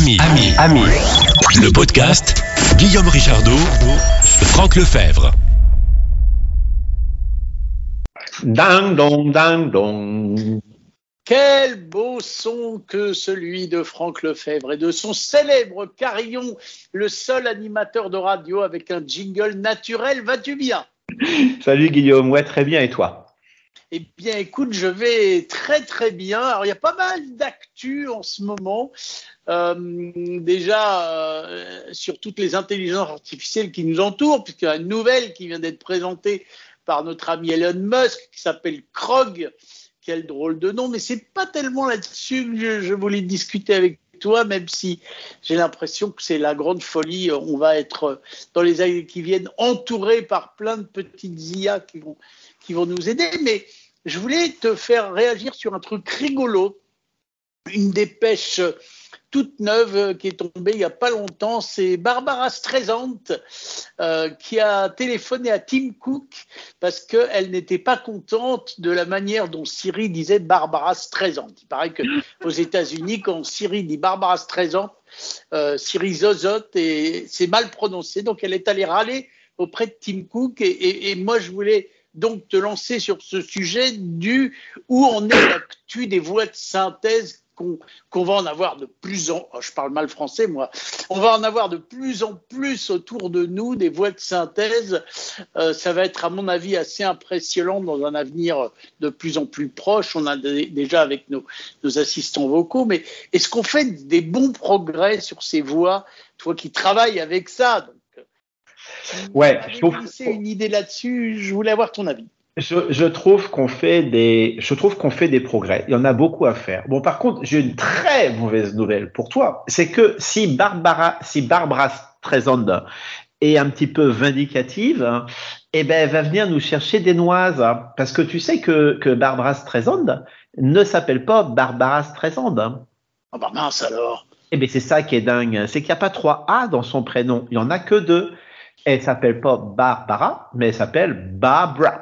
Ami. Le podcast Guillaume Richardot, Franck Lefebvre. Ding dong, ding dong. Quel beau son que celui de Franck Lefebvre et de son célèbre carillon, le seul animateur de radio avec un jingle naturel. Vas-tu bien ? Salut Guillaume, ouais très bien et toi ? Eh bien écoute, je vais très très bien. Alors il y a pas mal d'actu en ce moment. Sur toutes les intelligences artificielles qui nous entourent, puisqu'il y a une nouvelle qui vient d'être présentée par notre ami Elon Musk qui s'appelle Krog. Quel drôle de nom, mais c'est pas tellement là-dessus que je voulais discuter avec toi, même si j'ai l'impression que c'est la grande folie. On va être, dans les années qui viennent, entouré par plein de petites IA qui vont nous aider. Mais je voulais te faire réagir sur un truc rigolo, une dépêche toute neuve qui est tombée il n'y a pas longtemps. C'est Barbara Streisand qui a téléphoné à Tim Cook parce qu'elle n'était pas contente de la manière dont Siri disait Barbara Streisand. Il paraît qu'aux États-Unis, quand Siri dit Barbara Streisand, Siri zozote et c'est mal prononcé. Donc elle est allée râler auprès de Tim Cook et moi je voulais donc te lancer sur ce sujet où on est l'actu des voix de synthèse qu'on va en avoir de plus en plus, je parle mal français moi, on va en avoir de plus en plus autour de nous, des voix de synthèse. Ça va être à mon avis assez impressionnant dans un avenir de plus en plus proche. On a déjà avec nos assistants vocaux, mais est-ce qu'on fait des bons progrès sur ces voix, toi qui travailles avec ça? Ouais, je trouve une idée là-dessus, je voulais avoir ton avis. Je trouve qu'on fait des progrès. Il y en a beaucoup à faire. Bon, par contre, j'ai une très mauvaise nouvelle pour toi. C'est que si Barbara Streisand est un petit peu vindicative, eh ben, elle va venir nous chercher des noises. Parce que tu sais que Barbara Streisand ne s'appelle pas Barbara Streisand. Ah bah mince alors. Eh ben, c'est ça qui est dingue. C'est qu'il n'y a pas 3 A dans son prénom. Il y en a que 2. Elle s'appelle pas Barbara, mais elle s'appelle Barbara.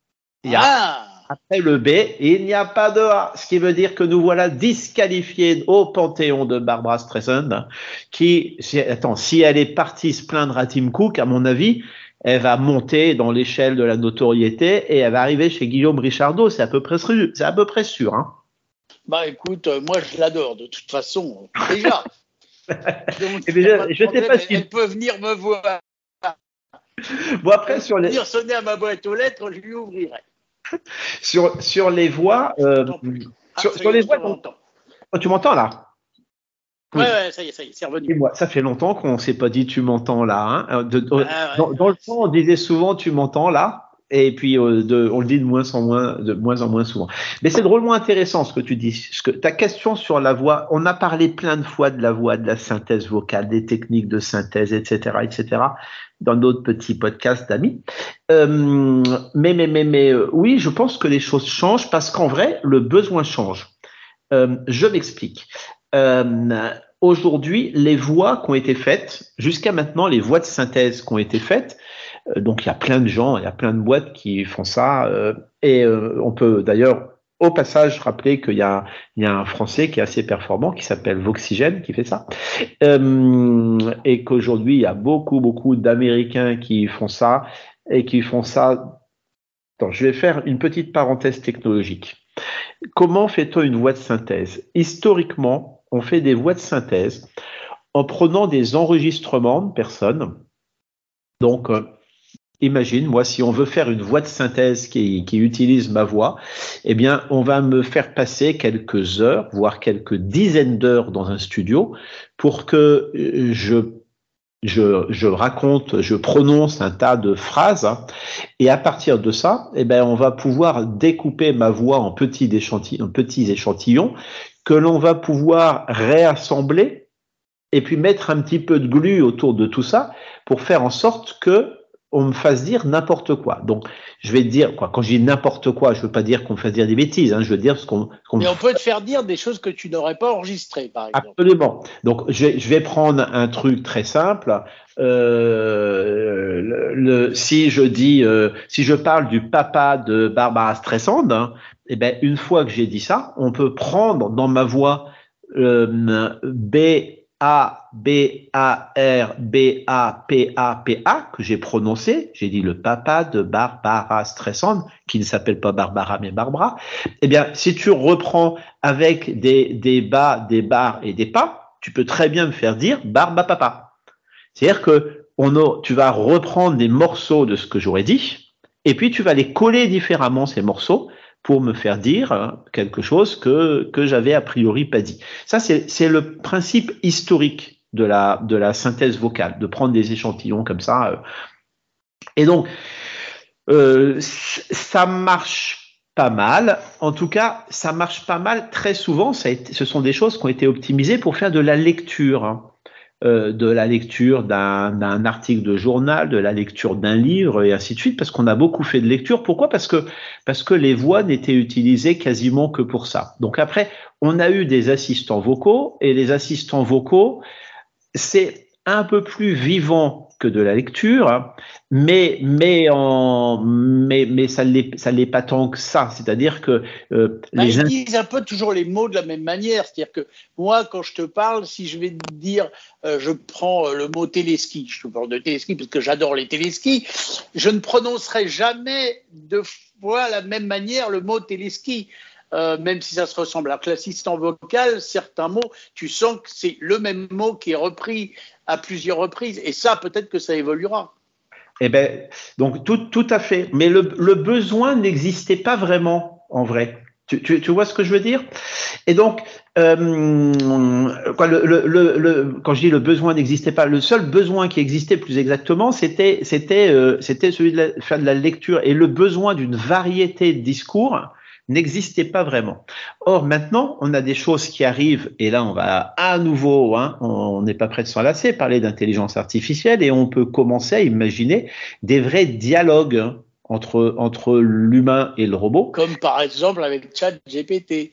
Après le B, il n'y a pas de A, ce qui veut dire que nous voilà disqualifiés au panthéon de Barbara Streisand, si elle est partie se plaindre à Tim Cook, à mon avis, elle va monter dans l'échelle de la notoriété et elle va arriver chez Guillaume Richardot, c'est à peu près sûr. Hein. Bah écoute, moi je l'adore de toute façon, déjà. Donc, je sais pas si elle peut venir me voir. Bon après venir sonner à ma boîte aux lettres, je lui ouvrirai. Sur les voix, sur les voix, tu m'entends là? Ouais, ça y est, c'est revenu. Et moi, ça fait longtemps qu'on ne s'est pas dit tu m'entends là. Hein. Dans le temps, on disait souvent tu m'entends là. Et puis on le dit de moins en moins souvent. Mais c'est drôlement intéressant ce que tu dis. Ta question sur la voix, on a parlé plein de fois de la voix, de la synthèse vocale, des techniques de synthèse, etc., dans d'autres petits podcasts d'amis. Mais oui, je pense que les choses changent parce qu'en vrai, le besoin change. Je m'explique. Aujourd'hui, les voix qui ont été faites, jusqu'à maintenant, les voix de synthèse qui ont été faites, donc il y a plein de gens, il y a plein de boîtes qui font ça, on peut d'ailleurs au passage rappeler qu'il y a un Français qui est assez performant qui s'appelle Voxygène qui fait ça, et qu'aujourd'hui il y a beaucoup d'Américains qui font ça et qui font ça. Attends, je vais faire une petite parenthèse technologique. Comment fait-on une voix de synthèse ? Historiquement, on fait des voix de synthèse en prenant des enregistrements de personnes. Donc imagine, moi, si on veut faire une voix de synthèse qui utilise ma voix, eh bien, on va me faire passer quelques heures, voire quelques dizaines d'heures dans un studio pour que je raconte, je prononce un tas de phrases, et à partir de ça, eh ben, on va pouvoir découper ma voix en petits échantillons que l'on va pouvoir réassembler et puis mettre un petit peu de glu autour de tout ça pour faire en sorte que on me fasse dire n'importe quoi. Donc, je vais te dire, quand je dis n'importe quoi, je veux pas dire qu'on me fasse dire des bêtises, hein, je veux dire ce qu'on Mais on peut te faire dire des choses que tu n'aurais pas enregistrées, par exemple. Absolument. Donc, je vais prendre un truc très simple. Si je parle du papa de Barbara Streisand, hein, eh ben, une fois que j'ai dit ça, on peut prendre dans ma voix B A, B, A, R, B, A, P, A, P, A, que j'ai prononcé. J'ai dit le papa de Barbara Streisand, qui ne s'appelle pas Barbara, mais Barbara. Eh bien, si tu reprends avec des bas, des barres et des pas, tu peux très bien me faire dire Barba Papa. C'est-à-dire que tu vas reprendre des morceaux de ce que j'aurais dit, et puis tu vas les coller différemment, ces morceaux, pour me faire dire quelque chose que j'avais a priori pas dit. Ça, c'est le principe historique de la synthèse vocale, de prendre des échantillons comme ça. Et donc, ça marche pas mal. En tout cas, ça marche pas mal très souvent. Ce sont des choses qui ont été optimisées pour faire de la lecture. De la lecture d'un article de journal, de la lecture d'un livre et ainsi de suite, parce qu'on a beaucoup fait de lecture. Pourquoi ? Parce que les voix n'étaient utilisées quasiment que pour ça. Donc après, on a eu des assistants vocaux, et les assistants vocaux, c'est un peu plus vivant que de la lecture, mais ça l'est pas tant que ça. C'est-à-dire que ils disent un peu toujours les mots de la même manière. C'est-à-dire que moi, quand je te parle, si je vais te dire, je prends le mot téléski, je te parle de téléski parce que j'adore les téléskis, je ne prononcerai jamais deux fois la même manière le mot téléski. Même si ça se ressemble. Alors que l'assistant vocal, certains mots, tu sens que c'est le même mot qui est repris à plusieurs reprises. Et ça, peut-être que ça évoluera. Eh ben, donc tout à fait. Mais le besoin n'existait pas vraiment, en vrai. Tu vois ce que je veux dire ? Et donc, quand je dis le besoin n'existait pas, le seul besoin qui existait plus exactement, c'était celui de faire de la lecture, et le besoin d'une variété de discours n'existait pas vraiment. Or, maintenant, on a des choses qui arrivent, et là, on va à nouveau, on n'est pas prêt de s'en lasser, parler d'intelligence artificielle, et on peut commencer à imaginer des vrais dialogues entre l'humain et le robot. Comme par exemple avec ChatGPT.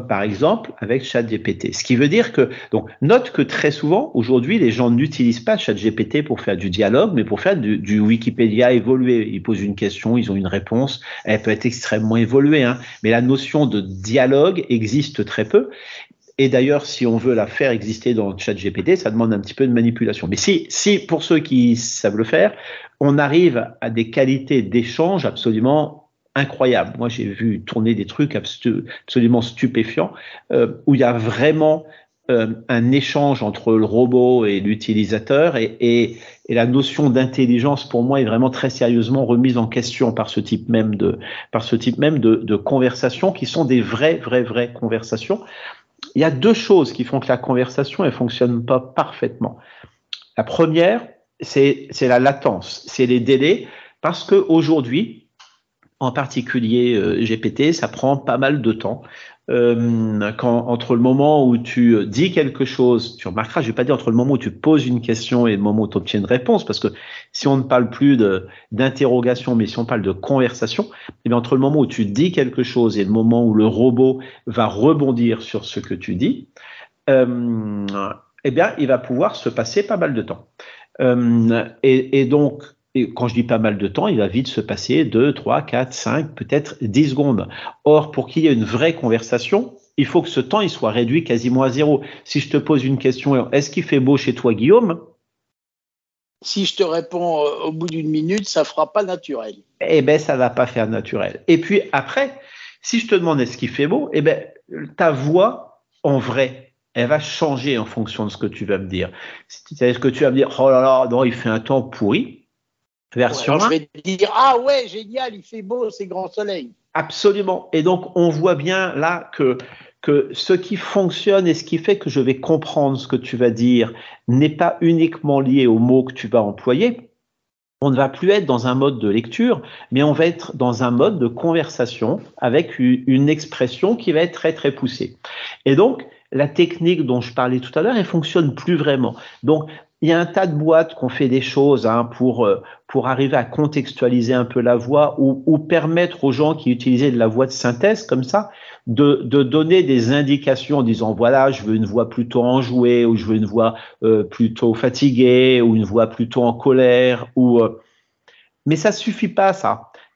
Ce qui veut dire que, donc, note que très souvent, aujourd'hui, les gens n'utilisent pas ChatGPT pour faire du dialogue, mais pour faire du Wikipédia évolué. Ils posent une question, ils ont une réponse, elle peut être extrêmement évoluée, mais la notion de dialogue existe très peu. Et d'ailleurs, si on veut la faire exister dans ChatGPT, ça demande un petit peu de manipulation. Mais si pour ceux qui savent le faire, on arrive à des qualités d'échange absolument incroyables. Moi, j'ai vu tourner des trucs absolument stupéfiants, où il y a vraiment un échange entre le robot et l'utilisateur, et la notion d'intelligence, pour moi, est vraiment très sérieusement remise en question par ce type même de conversations qui sont des vraies conversations. Il y a deux choses qui font que la conversation ne fonctionne pas parfaitement. La première, c'est la latence, c'est les délais, parce qu'aujourd'hui, en particulier GPT, ça prend pas mal de temps. Entre le moment où tu dis quelque chose, tu remarqueras, je vais pas dire entre le moment où tu poses une question et le moment où tu obtiens une réponse, parce que si on ne parle plus d'interrogation, mais si on parle de conversation, eh bien entre le moment où tu dis quelque chose et le moment où le robot va rebondir sur ce que tu dis, eh bien il va pouvoir se passer pas mal de temps. Et donc, quand je dis pas mal de temps, il va vite se passer 2, 3, 4, 5, peut-être 10 secondes. Or, pour qu'il y ait une vraie conversation, il faut que ce temps il soit réduit quasiment à zéro. Si je te pose une question, est-ce qu'il fait beau chez toi, Guillaume ? Si je te réponds au bout d'une minute, ça fera pas naturel. Eh ben, ça va pas faire naturel. Et puis après, si je te demande est-ce qu'il fait beau, eh ben, ta voix, en vrai, elle va changer en fonction de ce que tu vas me dire. C'est-à-dire que tu vas me dire, oh là là, non, il fait un temps pourri. Version 1. Je vais te dire, ah ouais, génial, il fait beau, c'est grand soleil. Absolument. Et donc, on voit bien là que ce qui fonctionne et ce qui fait que je vais comprendre ce que tu vas dire n'est pas uniquement lié aux mots que tu vas employer. On ne va plus être dans un mode de lecture, mais on va être dans un mode de conversation avec une expression qui va être très, très poussée. Et donc, la technique dont je parlais tout à l'heure, elle fonctionne plus vraiment. Donc, il y a un tas de boîtes qui ont fait des choses pour arriver à contextualiser un peu la voix ou permettre aux gens qui utilisaient de la voix de synthèse comme ça de donner des indications en disant voilà, je veux une voix plutôt enjouée ou je veux une voix plutôt fatiguée ou une voix plutôt en colère mais ça suffit pas ça.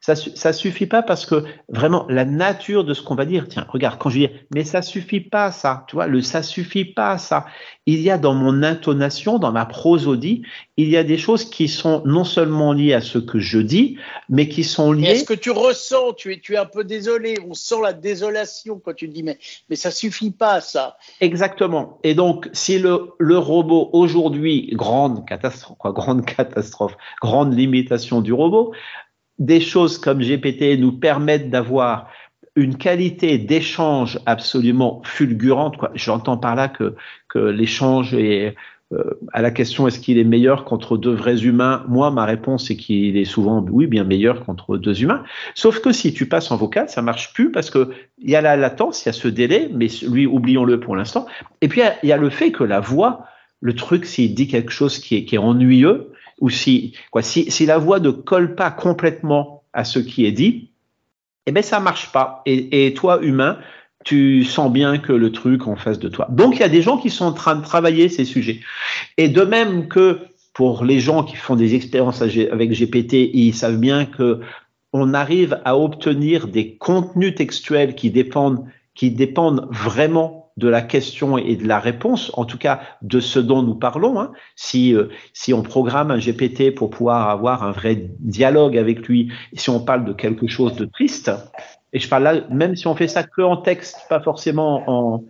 Ça suffit pas parce que vraiment la nature de ce qu'on va dire, tiens, regarde, quand je dis, mais ça suffit pas ça, tu vois, ça suffit pas ça. Il y a dans mon intonation, dans ma prosodie, il y a des choses qui sont non seulement liées à ce que je dis, mais qui sont liées. Est-ce que tu ressens, tu es un peu désolé, on sent la désolation quand tu dis, mais ça suffit pas ça. Exactement. Et donc, si le robot aujourd'hui, grande catastrophe, grande limitation du robot, des choses comme GPT nous permettent d'avoir une qualité d'échange absolument fulgurante, quoi. J'entends par là que l'échange est à la question est-ce qu'il est meilleur qu'entre deux vrais humains, moi ma réponse est qu'il est souvent oui bien meilleur qu'entre deux humains. Sauf que si tu passes en vocal, ça marche plus parce que il y a la latence, il y a ce délai, mais lui oublions-le pour l'instant. Et puis il y a le fait que la voix, le truc s'il dit quelque chose qui est ennuyeux, ou si la voix ne colle pas complètement à ce qui est dit, eh ben ça marche pas. Et toi, humain, tu sens bien que le truc en face de toi. Donc il y a des gens qui sont en train de travailler ces sujets. Et de même que pour les gens qui font des expériences avec GPT, ils savent bien que on arrive à obtenir des contenus textuels qui dépendent vraiment de la question et de la réponse, en tout cas de ce dont nous parlons. Hein. Si on programme un GPT pour pouvoir avoir un vrai dialogue avec lui, si on parle de quelque chose de triste, et je parle là, même si on fait ça que en texte, pas forcément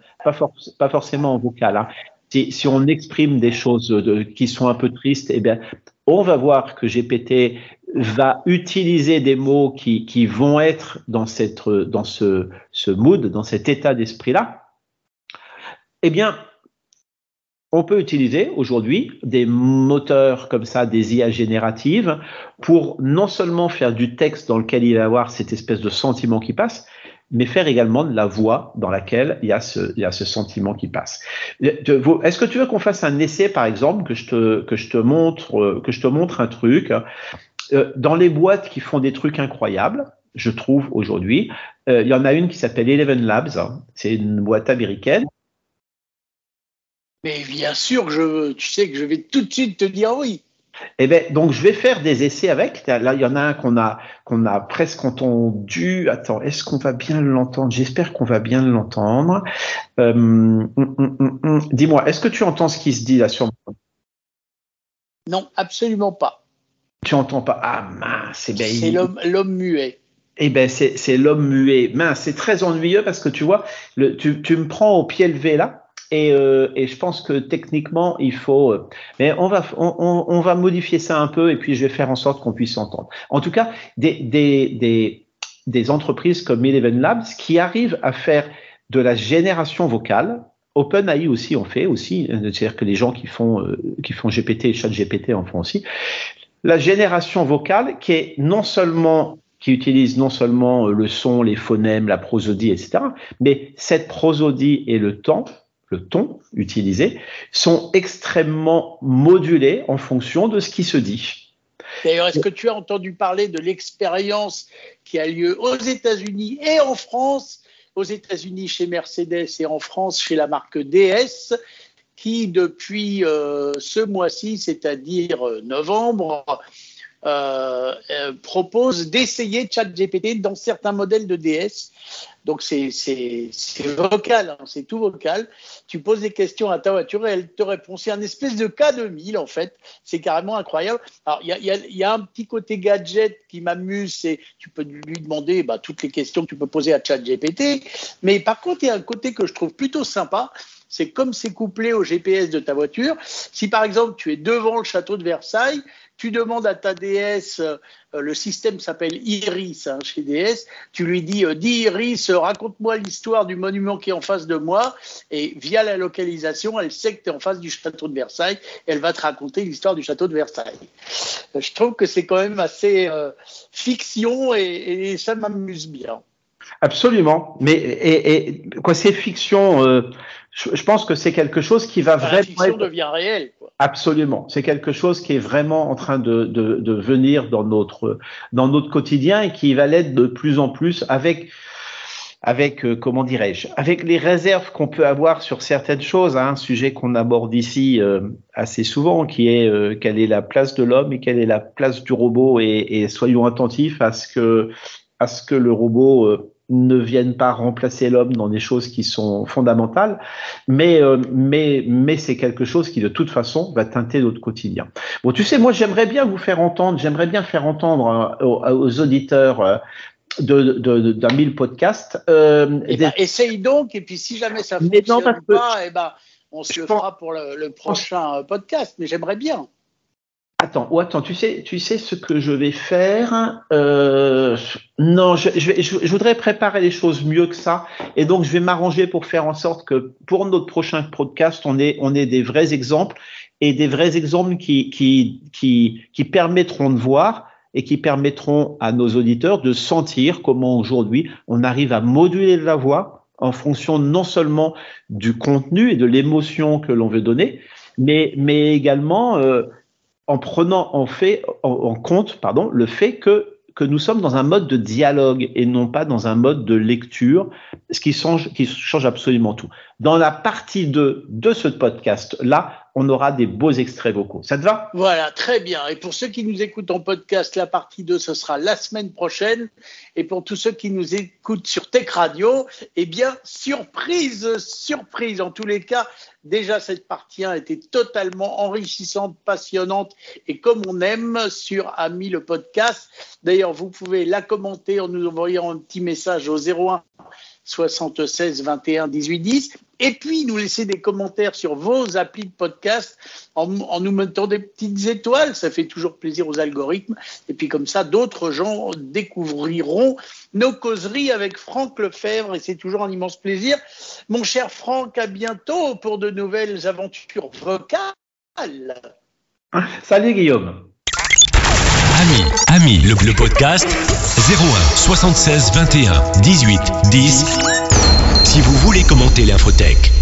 en vocal. Hein. Si on exprime des choses qui sont un peu tristes, eh bien, on va voir que GPT va utiliser des mots qui vont être dans ce mood, dans cet état d'esprit-là. Eh bien, on peut utiliser aujourd'hui des moteurs comme ça, des IA génératives, pour non seulement faire du texte dans lequel il va y avoir cette espèce de sentiment qui passe, mais faire également de la voix dans laquelle il y a ce sentiment qui passe. Est-ce que tu veux qu'on fasse un essai, par exemple, que je te montre un truc dans les boîtes qui font des trucs incroyables? Je trouve aujourd'hui, il y en a une qui s'appelle Eleven Labs. Hein, c'est une boîte américaine. Mais bien sûr que tu sais que je vais tout de suite te dire oui. Eh ben, donc je vais faire des essais avec. Là, il y en a un qu'on a presque entendu. Attends, est-ce qu'on va bien l'entendre? J'espère qu'on va bien l'entendre. Dis-moi, est-ce que tu entends ce qui se dit là sur moi? Non, absolument pas. Tu entends pas? Ah mince, c'est l'homme muet. Eh ben, c'est l'homme muet. Mince, c'est très ennuyeux parce que tu vois, tu me prends au pied levé là. Et je pense que techniquement, il faut. Mais on va modifier ça un peu et puis je vais faire en sorte qu'on puisse s'entendre. En tout cas, des entreprises comme Eleven Labs qui arrivent à faire de la génération vocale. OpenAI aussi en fait aussi, c'est-à-dire que les gens qui font GPT et ChatGPT en font aussi. La génération vocale qui utilise non seulement le son, les phonèmes, la prosodie, etc., mais cette prosodie et le ton utilisé sont extrêmement modulés en fonction de ce qui se dit. D'ailleurs, est-ce que tu as entendu parler de l'expérience qui a lieu aux États-Unis et en France, aux États-Unis chez Mercedes et en France chez la marque DS, qui depuis ce mois-ci, c'est-à-dire novembre, propose d'essayer ChatGPT dans certains modèles de DS. Donc c'est vocal, hein, c'est tout vocal. Tu poses des questions à ta voiture et elle te répond. C'est un espèce de cas de 1000 en fait. C'est carrément incroyable. Alors il y a un petit côté gadget qui m'amuse. C'est tu peux lui demander toutes les questions que tu peux poser à ChatGPT. Mais par contre il y a un côté que je trouve plutôt sympa. C'est comme c'est couplé au GPS de ta voiture. Si par exemple tu es devant le château de Versailles, tu demandes à ta DS, le système s'appelle Iris chez DS, tu lui dis Iris, raconte-moi l'histoire du monument qui est en face de moi, et via la localisation, elle sait que tu es en face du château de Versailles, et elle va te raconter l'histoire du château de Versailles. Je trouve que c'est quand même assez fiction et ça m'amuse bien. Absolument, mais c'est fiction. Je pense que c'est quelque chose qui va vraiment. La fiction devient réelle, quoi. Absolument, c'est quelque chose qui est vraiment en train de venir dans notre quotidien et qui va l'être de plus en plus avec comment dirais-je, avec les réserves qu'on peut avoir sur certaines choses, un sujet qu'on aborde ici assez souvent, qui est quelle est la place de l'homme et quelle est la place du robot, et soyons attentifs à ce que le robot ne vienne pas remplacer l'homme dans des choses qui sont fondamentales, mais c'est quelque chose qui de toute façon va teinter notre quotidien. Bon, tu sais, moi j'aimerais bien faire entendre aux auditeurs d'un 1000 podcasts. Essaye donc, et puis si jamais ça ne fonctionne pas, on se le fera pour le prochain podcast, mais j'aimerais bien. Attends, tu sais ce que je vais faire? Non, je voudrais préparer les choses mieux que ça, et donc je vais m'arranger pour faire en sorte que pour notre prochain podcast, on ait des vrais exemples, et des vrais exemples qui permettront de voir et qui permettront à nos auditeurs de sentir comment aujourd'hui on arrive à moduler la voix en fonction non seulement du contenu et de l'émotion que l'on veut donner, mais également en prenant en compte le fait que nous sommes dans un mode de dialogue et non pas dans un mode de lecture, ce qui change absolument tout. Dans la partie 2 de ce podcast-là, on aura des beaux extraits vocaux. Ça te va? Voilà, très bien. Et pour ceux qui nous écoutent en podcast, la partie 2, ce sera la semaine prochaine. Et pour tous ceux qui nous écoutent sur Tech Radio, surprise. En tous les cas, déjà, cette partie 1 était totalement enrichissante, passionnante, et comme on aime sur Ami le podcast. D'ailleurs, vous pouvez la commenter en nous envoyant un petit message au 01 76 21 18 10, et puis nous laisser des commentaires sur vos applis de podcast en nous mettant des petites étoiles, ça fait toujours plaisir aux algorithmes, et puis comme ça d'autres gens découvriront nos causeries avec Franck Lefebvre, et c'est toujours un immense plaisir. Mon cher Franck, à bientôt pour de nouvelles aventures vocales. Salut Guillaume. Ami, le podcast 01 76 21 18 10. Si vous voulez commenter l'infotech.